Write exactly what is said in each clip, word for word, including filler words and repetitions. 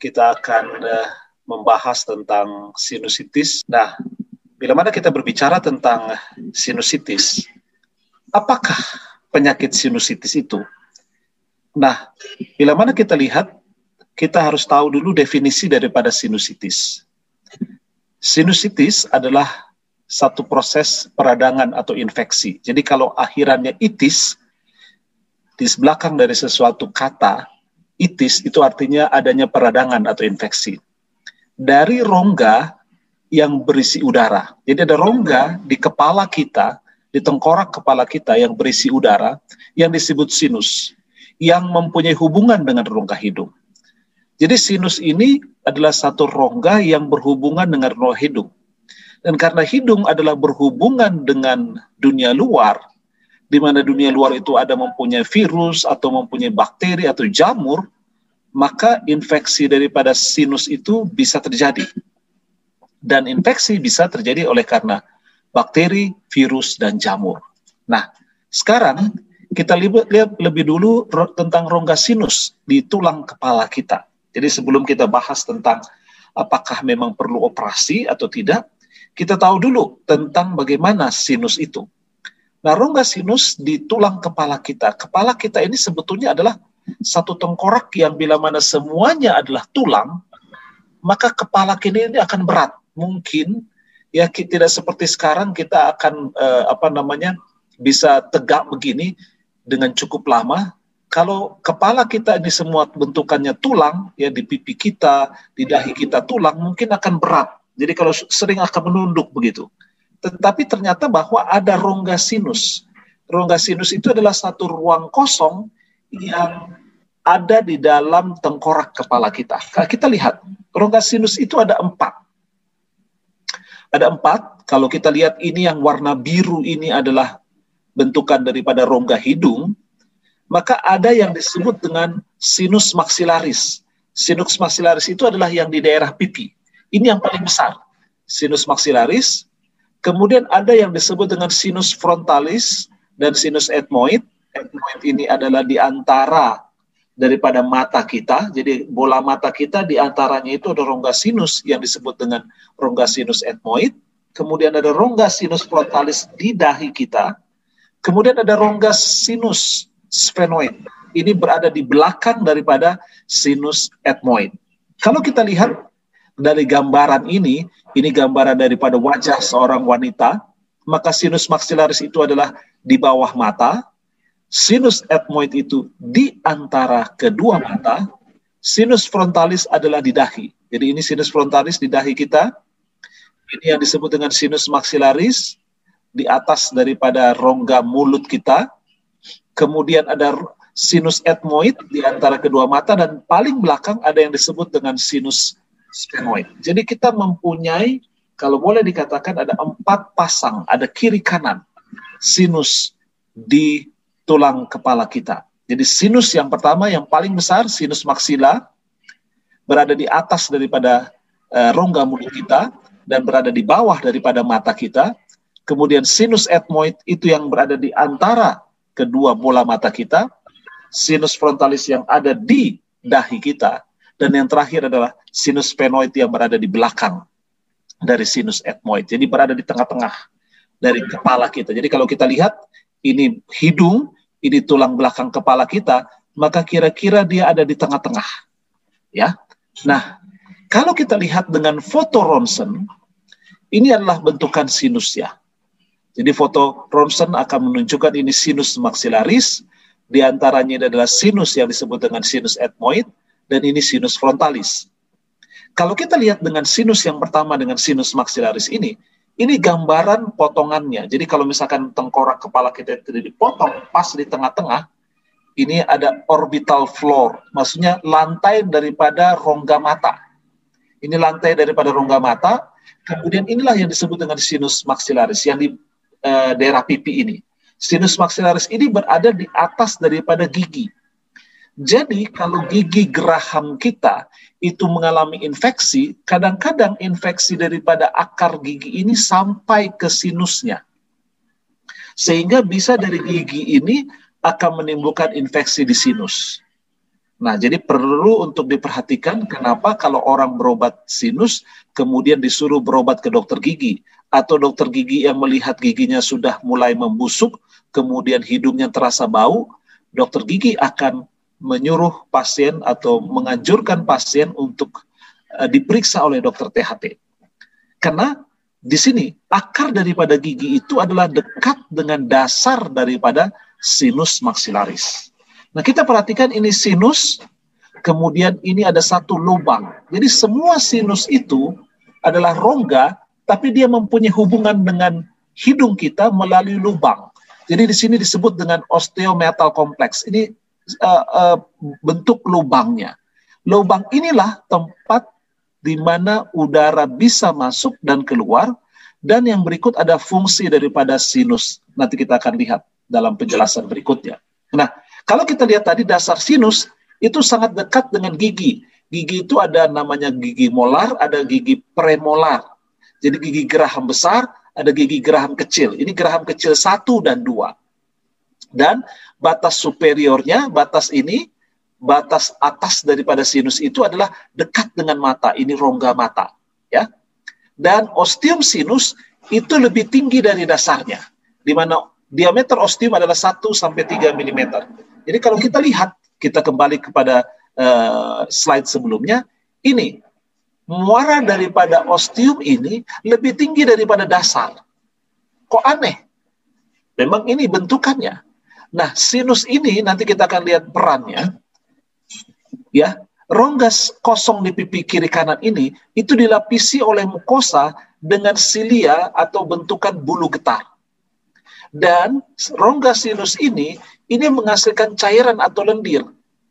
kita akan uh, membahas tentang sinusitis. Nah, bila mana kita berbicara tentang sinusitis, apakah penyakit sinusitis itu? Nah, bila mana kita lihat, kita harus tahu dulu definisi daripada sinusitis. Sinusitis adalah satu proses peradangan atau infeksi. Jadi kalau akhirannya itis, di belakang dari sesuatu kata, itis itu artinya adanya peradangan atau infeksi. Dari rongga yang berisi udara. Jadi ada rongga di kepala kita, di tengkorak kepala kita yang berisi udara, yang disebut sinus, yang mempunyai hubungan dengan rongga hidung. Jadi sinus ini adalah satu rongga yang berhubungan dengan rongga hidung. Dan karena hidung adalah berhubungan dengan dunia luar, di mana dunia luar itu ada mempunyai virus atau mempunyai bakteri atau jamur, maka infeksi daripada sinus itu bisa terjadi. Dan infeksi bisa terjadi oleh karena bakteri, virus, dan jamur. Nah, sekarang kita lihat lebih dulu tentang rongga sinus di tulang kepala kita. Jadi sebelum kita bahas tentang apakah memang perlu operasi atau tidak, kita tahu dulu tentang bagaimana sinus itu. Nah, rongga sinus di tulang kepala kita. Kepala kita ini sebetulnya adalah satu tengkorak yang bila mana semuanya adalah tulang, maka kepala kita ini akan berat. Mungkin ya tidak seperti sekarang kita akan eh, apa namanya bisa tegak begini dengan cukup lama. Kalau kepala kita ini semua bentukannya tulang, ya di pipi kita, di dahi kita tulang, mungkin akan berat. Jadi kalau sering akan menunduk begitu. Tetapi ternyata bahwa ada rongga sinus. Rongga sinus itu adalah satu ruang kosong yang ada di dalam tengkorak kepala kita. Kita lihat, rongga sinus itu ada empat. Ada empat, kalau kita lihat ini yang warna biru ini adalah bentukan daripada rongga hidung, maka ada yang disebut dengan sinus maksilaris. Sinus maksilaris itu adalah yang di daerah pipi. Ini yang paling besar, sinus maksilaris. Kemudian ada yang disebut dengan sinus frontalis dan sinus ethmoid. Ethmoid ini adalah di antara daripada mata kita. Jadi bola mata kita di antaranya itu ada rongga sinus yang disebut dengan rongga sinus ethmoid. Kemudian ada rongga sinus frontalis di dahi kita. Kemudian ada rongga sinus sphenoid. Ini berada di belakang daripada sinus ethmoid. Kalau kita lihat dari gambaran ini, ini gambaran daripada wajah seorang wanita, maka sinus maksilaris itu adalah di bawah mata, sinus ethmoid itu di antara kedua mata, sinus frontalis adalah di dahi. Jadi ini sinus frontalis di dahi kita, ini yang disebut dengan sinus maksilaris, di atas daripada rongga mulut kita, kemudian ada sinus ethmoid di antara kedua mata, dan paling belakang ada yang disebut dengan sinus sphenoid. Jadi kita mempunyai, kalau boleh dikatakan ada empat pasang, ada kiri kanan sinus di tulang kepala kita. Jadi sinus yang pertama yang paling besar, sinus maksila, berada di atas daripada uh, rongga mulut kita dan berada di bawah daripada mata kita. Kemudian sinus ethmoid itu yang berada di antara kedua bola mata kita, sinus frontalis yang ada di dahi kita, dan yang terakhir adalah sinus sphenoid yang berada di belakang dari sinus ethmoid. Jadi berada di tengah-tengah dari kepala kita. Jadi kalau kita lihat, ini hidung, ini tulang belakang kepala kita, maka kira-kira dia ada di tengah-tengah. Ya. Nah, kalau kita lihat dengan foto ronsen, ini adalah bentukan sinus ya. Jadi foto ronsen akan menunjukkan ini sinus maksilaris, di antaranya adalah sinus yang disebut dengan sinus ethmoid, dan ini sinus frontalis. Kalau kita lihat dengan sinus yang pertama dengan sinus maksilaris ini, ini gambaran potongannya. Jadi kalau misalkan tengkorak kepala kita itu dipotong pas di tengah-tengah, ini ada orbital floor, maksudnya lantai daripada rongga mata. Ini lantai daripada rongga mata, kemudian inilah yang disebut dengan sinus maksilaris, yang di uh, daerah pipi ini. Sinus maksilaris ini berada di atas daripada gigi. Jadi kalau gigi geraham kita itu mengalami infeksi, kadang-kadang infeksi daripada akar gigi ini sampai ke sinusnya. Sehingga bisa dari gigi ini akan menimbulkan infeksi di sinus. Nah, jadi perlu untuk diperhatikan kenapa kalau orang berobat sinus, kemudian disuruh berobat ke dokter gigi, atau dokter gigi yang melihat giginya sudah mulai membusuk, kemudian hidungnya terasa bau, dokter gigi akan menyuruh pasien atau menganjurkan pasien untuk uh, diperiksa oleh dokter T H T. Karena di sini akar daripada gigi itu adalah dekat dengan dasar daripada sinus maksilaris. Nah, kita perhatikan ini sinus, kemudian ini ada satu lubang. Jadi semua sinus itu adalah rongga, tapi dia mempunyai hubungan dengan hidung kita melalui lubang. Jadi di sini disebut dengan osteometal kompleks. Ini uh, uh, bentuk lubangnya. Lubang inilah tempat di mana udara bisa masuk dan keluar, dan yang berikut ada fungsi daripada sinus. Nanti kita akan lihat dalam penjelasan berikutnya. Nah, kalau kita lihat tadi dasar sinus itu sangat dekat dengan gigi. Gigi itu ada namanya gigi molar, ada gigi premolar. Jadi gigi geraham besar, ada gigi geraham kecil. Ini geraham kecil satu dan dua. Dan batas superiornya, batas ini, batas atas daripada sinus itu adalah dekat dengan mata. Ini rongga mata, ya. Dan ostium sinus itu lebih tinggi dari dasarnya, di mana diameter ostium adalah satu sampai tiga milimeter. Jadi kalau kita lihat, kita kembali kepada uh, slide sebelumnya, ini muara daripada ostium ini lebih tinggi daripada dasar. Kok aneh? Memang ini bentukannya. Nah, sinus ini nanti kita akan lihat perannya. Ya, rongga kosong di pipi kiri kanan ini itu dilapisi oleh mukosa dengan silia atau bentukan bulu getar. Dan rongga sinus ini, ini menghasilkan cairan atau lendir.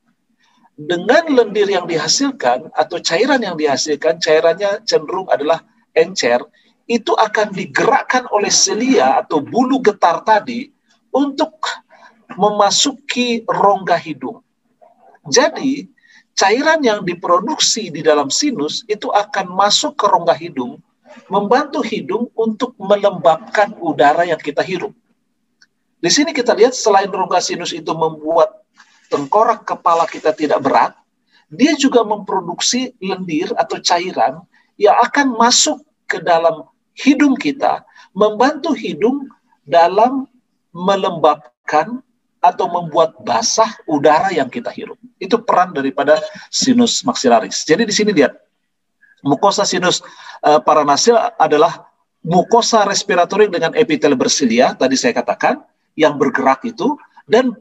Dengan lendir yang dihasilkan, atau cairan yang dihasilkan, cairannya cenderung adalah encer, itu akan digerakkan oleh silia atau bulu getar tadi untuk memasuki rongga hidung. Jadi, cairan yang diproduksi di dalam sinus itu akan masuk ke rongga hidung, membantu hidung untuk melembabkan udara yang kita hirup. Di sini kita lihat selain rongga sinus itu membuat tengkorak kepala kita tidak berat, dia juga memproduksi lendir atau cairan yang akan masuk ke dalam hidung kita, membantu hidung dalam melembabkan atau membuat basah udara yang kita hirup. Itu peran daripada sinus maksilaris. Jadi di sini lihat, mukosa sinus uh, paranasil adalah mukosa respiratory dengan epitel bersilia, tadi saya katakan, yang bergerak itu, dan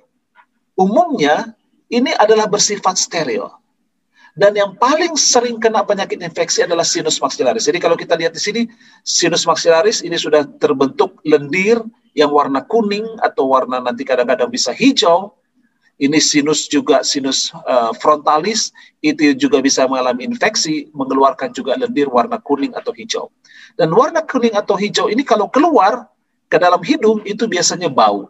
umumnya ini adalah bersifat steril. Dan yang paling sering kena penyakit infeksi adalah sinus maksilaris. Jadi kalau kita lihat di sini, sinus maksilaris ini sudah terbentuk lendir yang warna kuning atau warna nanti kadang-kadang bisa hijau. Ini sinus juga, sinus uh, frontalis, itu juga bisa mengalami infeksi, mengeluarkan juga lendir warna kuning atau hijau. Dan warna kuning atau hijau ini kalau keluar ke dalam hidung itu biasanya bau.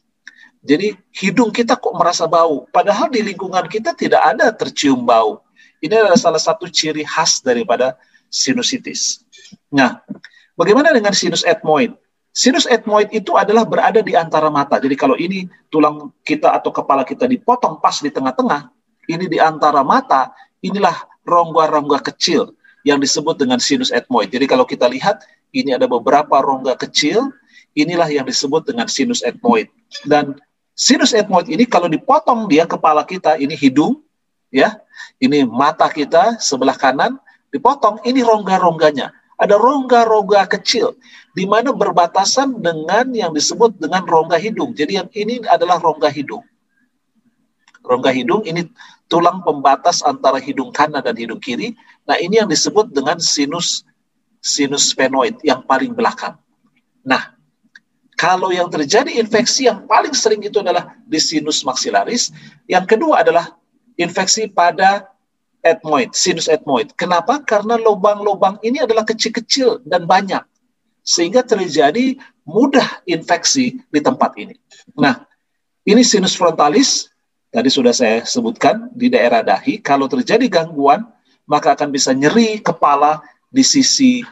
Jadi hidung kita kok merasa bau, padahal di lingkungan kita tidak ada tercium bau. Ini adalah salah satu ciri khas daripada sinusitis. Nah, bagaimana dengan sinus etmoid? Sinus etmoid itu adalah berada di antara mata. Jadi kalau ini tulang kita atau kepala kita dipotong pas di tengah-tengah, ini di antara mata, inilah rongga-rongga kecil yang disebut dengan sinus etmoid. Jadi kalau kita lihat, ini ada beberapa rongga kecil, inilah yang disebut dengan sinus etmoid. Dan sinus etmoid ini kalau dipotong dia kepala kita, ini hidung, ya, ini mata kita sebelah kanan, dipotong, ini rongga-rongganya. Ada rongga-rongga kecil, di mana berbatasan dengan yang disebut dengan rongga hidung. Jadi yang ini adalah rongga hidung. Rongga hidung ini tulang pembatas antara hidung kanan dan hidung kiri. Nah, ini yang disebut dengan sinus sinus sphenoid yang paling belakang. Nah, kalau yang terjadi infeksi yang paling sering itu adalah di sinus maksilaris. Yang kedua adalah infeksi pada etmoid, sinus etmoid. Kenapa? Karena lubang-lubang ini adalah kecil-kecil dan banyak. Sehingga terjadi mudah infeksi di tempat ini. Nah, ini sinus frontalis, tadi sudah saya sebutkan, di daerah dahi. Kalau terjadi gangguan, maka akan bisa nyeri kepala di sisi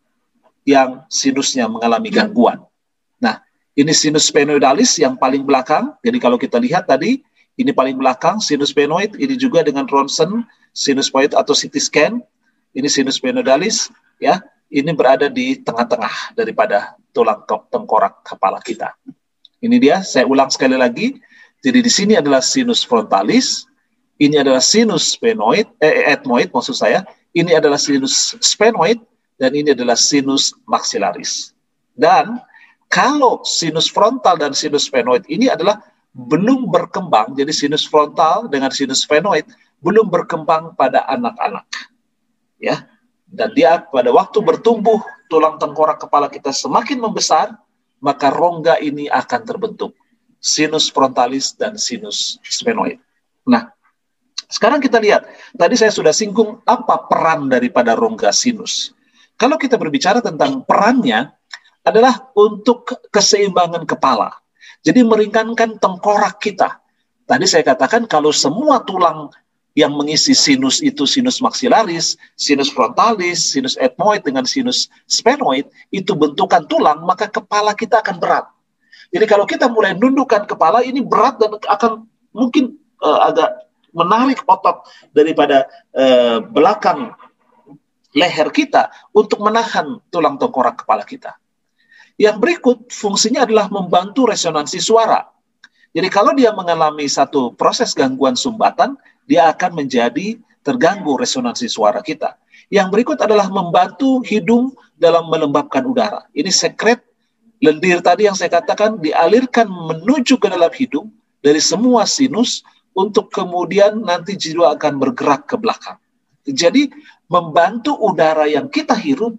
yang sinusnya mengalami gangguan. Nah, ini sinus sphenoidalis yang paling belakang. Jadi kalau kita lihat tadi, Ini paling belakang, sinus sphenoid, ini juga dengan ronsen, sinus sphenoid atau C T scan, ini sinus sphenoidalis, ya, ini berada di tengah-tengah daripada tulang tengkorak kepala kita. Ini dia, saya ulang sekali lagi, jadi di sini adalah sinus frontalis, ini adalah sinus sphenoid, eh, ethmoid maksud saya, ini adalah sinus sphenoid, dan ini adalah sinus maxillaris. Dan kalau sinus frontal dan sinus sphenoid ini adalah belum berkembang, jadi sinus frontal dengan sinus sphenoid belum berkembang pada anak-anak, ya. Dan dia pada waktu bertumbuh tulang tengkorak kepala kita semakin membesar, maka rongga ini akan terbentuk, sinus frontalis dan sinus sphenoid. Nah, sekarang kita lihat, tadi saya sudah singgung apa peran daripada rongga sinus. Kalau kita berbicara tentang perannya adalah untuk keseimbangan kepala. Jadi meringankan tengkorak kita. Tadi saya katakan kalau semua tulang yang mengisi sinus itu sinus maxillaris, sinus frontalis, sinus ethmoid dengan sinus sphenoid, itu bentukan tulang, maka kepala kita akan berat. Jadi kalau kita mulai nundukkan kepala, ini berat dan akan mungkin uh, agak menarik otot daripada uh, belakang leher kita untuk menahan tulang tengkorak kepala kita. Yang berikut fungsinya adalah membantu resonansi suara. Jadi kalau dia mengalami satu proses gangguan sumbatan, dia akan menjadi terganggu resonansi suara kita. Yang berikut adalah membantu hidung dalam melembabkan udara. Ini sekret lendir tadi yang saya katakan dialirkan menuju ke dalam hidung dari semua sinus untuk kemudian nanti juga akan bergerak ke belakang. Jadi membantu udara yang kita hirup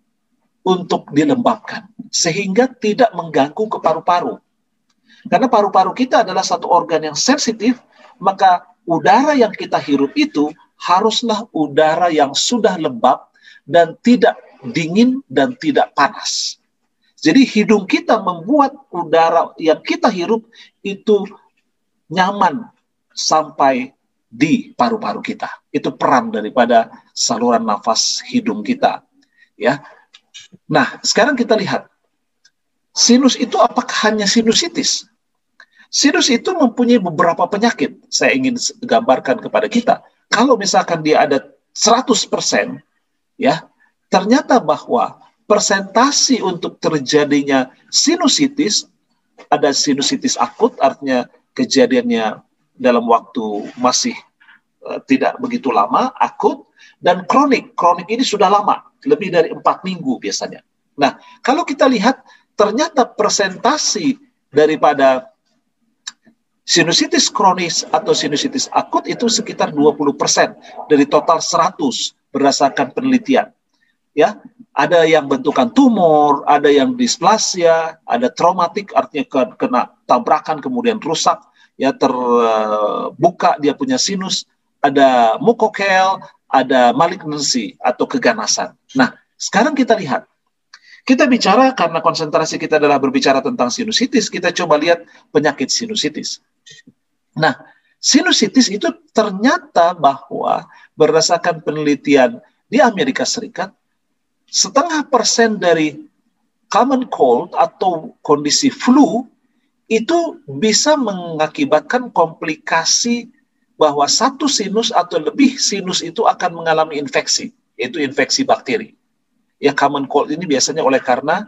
untuk dilembabkan, sehingga tidak mengganggu ke paru-paru. Karena paru-paru kita adalah satu organ yang sensitif, maka udara yang kita hirup itu haruslah udara yang sudah lembab dan tidak dingin dan tidak panas. Jadi hidung kita membuat udara yang kita hirup itu nyaman sampai di paru-paru kita. Itu peran daripada saluran nafas hidung kita, ya. Nah, sekarang kita lihat, sinus itu apakah hanya sinusitis? Sinus itu mempunyai beberapa penyakit. Saya ingin gambarkan kepada kita. Kalau misalkan dia ada seratus persen, ya, ternyata bahwa persentasi untuk terjadinya sinusitis, ada sinusitis akut, artinya kejadiannya dalam waktu masih uh, tidak begitu lama, akut, dan kronik. Kronik ini sudah lama, lebih dari empat minggu biasanya. Nah, kalau kita lihat, ternyata persentasi daripada sinusitis kronis atau sinusitis akut itu sekitar dua puluh persen dari total seratus berdasarkan penelitian. Ya, ada yang bentukan tumor, ada yang displasia, ada traumatik, artinya kena tabrakan kemudian rusak, ya, terbuka dia punya sinus, ada mukokel, ada malignancy atau keganasan. Nah, sekarang kita lihat. Kita bicara karena konsentrasi kita adalah berbicara tentang sinusitis, kita coba lihat penyakit sinusitis. Nah, sinusitis itu ternyata bahwa berdasarkan penelitian di Amerika Serikat, setengah persen dari common cold atau kondisi flu itu bisa mengakibatkan komplikasi bahwa satu sinus atau lebih sinus itu akan mengalami infeksi, yaitu infeksi bakteri. Ya, common cold ini biasanya oleh karena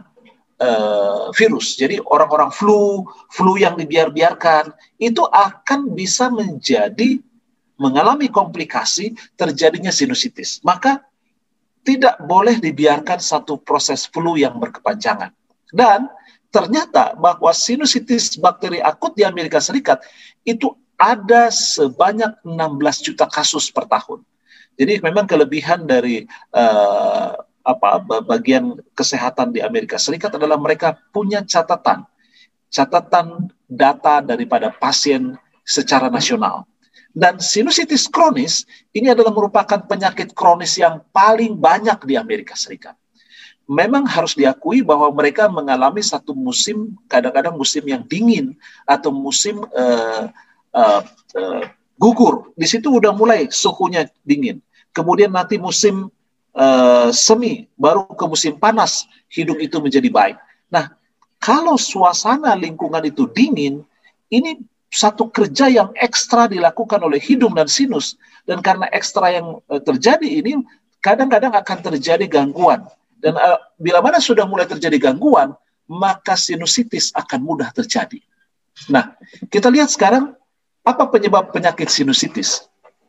uh, virus. Jadi orang-orang flu, flu yang dibiar-biarkan, itu akan bisa menjadi, mengalami komplikasi terjadinya sinusitis. Maka tidak boleh dibiarkan satu proses flu yang berkepanjangan. Dan ternyata bahwa sinusitis bakteri akut di Amerika Serikat itu ada sebanyak enam belas juta kasus per tahun. Jadi memang kelebihan dari uh, apa bagian kesehatan di Amerika Serikat adalah mereka punya catatan, catatan data daripada pasien secara nasional. Dan sinusitis kronis ini adalah merupakan penyakit kronis yang paling banyak di Amerika Serikat. Memang harus diakui bahwa mereka mengalami satu musim, kadang-kadang musim yang dingin atau musim uh, Uh, uh, gugur. Di situ udah mulai suhunya dingin. Kemudian nanti musim uh, semi, baru ke musim panas, hidung itu menjadi baik. Nah, kalau suasana lingkungan itu dingin, ini satu kerja yang ekstra dilakukan oleh hidung dan sinus, dan karena ekstra yang uh, terjadi ini kadang-kadang akan terjadi gangguan, dan uh, bila mana sudah mulai terjadi gangguan, maka sinusitis akan mudah terjadi. Nah, kita lihat sekarang apa penyebab penyakit sinusitis.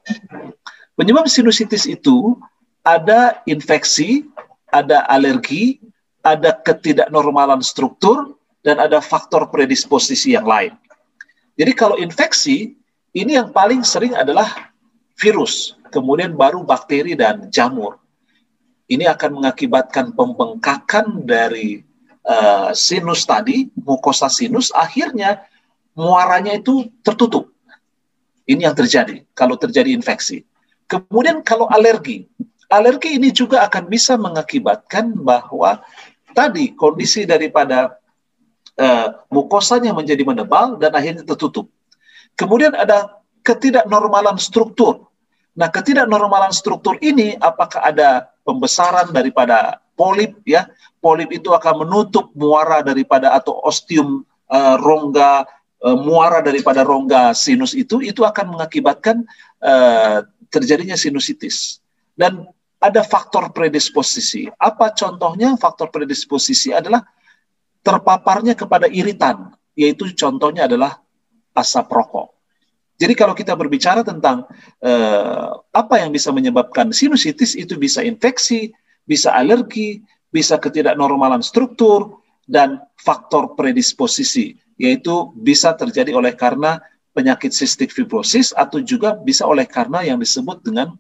Penyebab sinusitis itu ada infeksi, ada alergi, ada ketidaknormalan struktur, dan ada faktor predisposisi yang lain. Jadi kalau infeksi, ini yang paling sering adalah virus, kemudian baru bakteri dan jamur. Ini akan mengakibatkan pembengkakan dari uh, sinus tadi, mukosa sinus, akhirnya muaranya itu tertutup. Ini yang terjadi kalau terjadi infeksi. Kemudian kalau alergi, alergi ini juga akan bisa mengakibatkan bahwa tadi kondisi daripada uh, mukosanya menjadi menebal dan akhirnya tertutup. Kemudian ada ketidaknormalan struktur. Nah, ketidaknormalan struktur ini apakah ada pembesaran daripada polip, ya? Polip itu akan menutup muara daripada atau ostium uh, rongga, uh, muara daripada rongga sinus itu, itu akan mengakibatkan uh, terjadinya sinusitis. Dan ada faktor predisposisi. Apa contohnya? Faktor predisposisi adalah terpaparnya kepada iritan, yaitu contohnya adalah asap rokok. Jadi kalau kita berbicara tentang eh, apa yang bisa menyebabkan sinusitis, itu bisa infeksi, bisa alergi, bisa ketidaknormalan struktur, dan faktor predisposisi, yaitu bisa terjadi oleh karena penyakit cystic fibrosis atau juga bisa oleh karena yang disebut dengan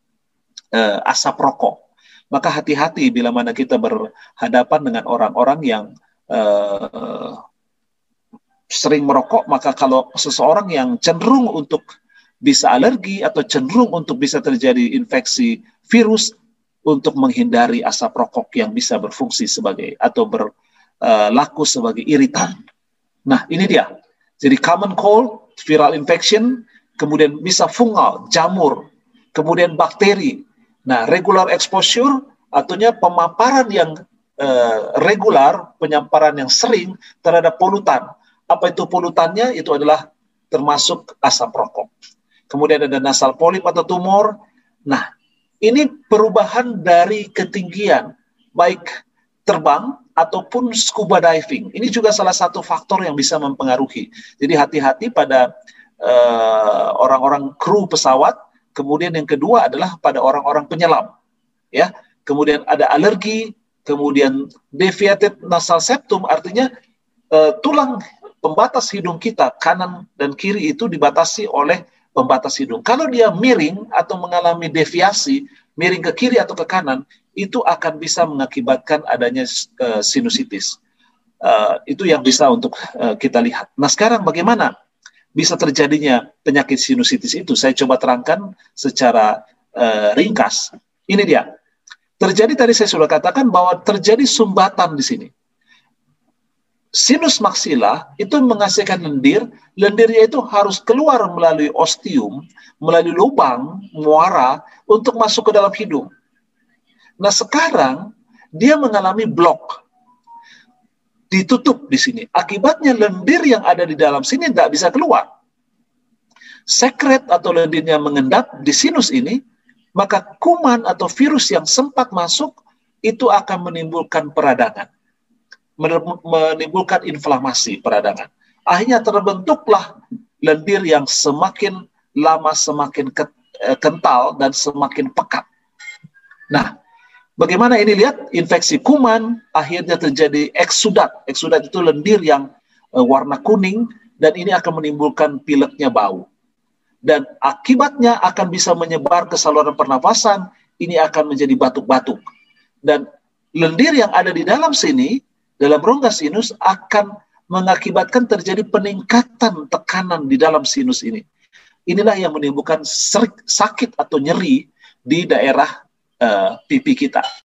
uh, asap rokok. Maka hati-hati bila mana kita berhadapan dengan orang-orang yang uh, sering merokok, maka kalau seseorang yang cenderung untuk bisa alergi atau cenderung untuk bisa terjadi infeksi virus, untuk menghindari asap rokok yang bisa berfungsi sebagai atau berlaku uh, sebagai iritan. Nah, ini dia. Jadi common cold, viral infection, kemudian bisa fungal, jamur, kemudian bakteri. Nah, regular exposure, artinya pemaparan yang uh, regular, penyamparan yang sering terhadap polutan. Apa itu polutannya? Itu adalah termasuk asap rokok. Kemudian ada nasal polip atau tumor. Nah, ini perubahan dari ketinggian, baik terbang ataupun scuba diving. Ini juga salah satu faktor yang bisa mempengaruhi. Jadi hati-hati pada uh, orang-orang kru pesawat. Kemudian yang kedua adalah pada orang-orang penyelam. Ya, kemudian ada alergi, kemudian deviated nasal septum, artinya uh, tulang pembatas hidung kita kanan dan kiri itu dibatasi oleh pembatas hidung. Kalau dia miring atau mengalami deviasi, miring ke kiri atau ke kanan, itu akan bisa mengakibatkan adanya uh, sinusitis. Uh, itu yang bisa untuk uh, kita lihat. Nah, sekarang bagaimana bisa terjadinya penyakit sinusitis itu? Saya coba terangkan secara uh, ringkas. Ini dia. Terjadi, tadi saya sudah katakan bahwa terjadi sumbatan di sini. Sinus maksila itu menghasilkan lendir, lendirnya itu harus keluar melalui ostium, melalui lubang, muara, untuk masuk ke dalam hidung. Nah, sekarang dia mengalami blok, ditutup di sini. Akibatnya lendir yang ada di dalam sini tidak bisa keluar. Sekret atau lendirnya mengendap di sinus ini, maka kuman atau virus yang sempat masuk itu akan menimbulkan peradangan, menimbulkan inflamasi peradangan. Akhirnya terbentuklah lendir yang semakin lama semakin kental dan semakin pekat. Nah, bagaimana ini? Lihat, infeksi kuman, akhirnya terjadi eksudat. Eksudat itu lendir yang uh, warna kuning, dan ini akan menimbulkan pileknya bau. Dan akibatnya akan bisa menyebar ke saluran pernafasan, ini akan menjadi batuk-batuk. Dan lendir yang ada di dalam sini, dalam rongga sinus, akan mengakibatkan terjadi peningkatan tekanan di dalam sinus ini. Inilah yang menimbulkan sakit atau nyeri di daerah uh, pipi kita.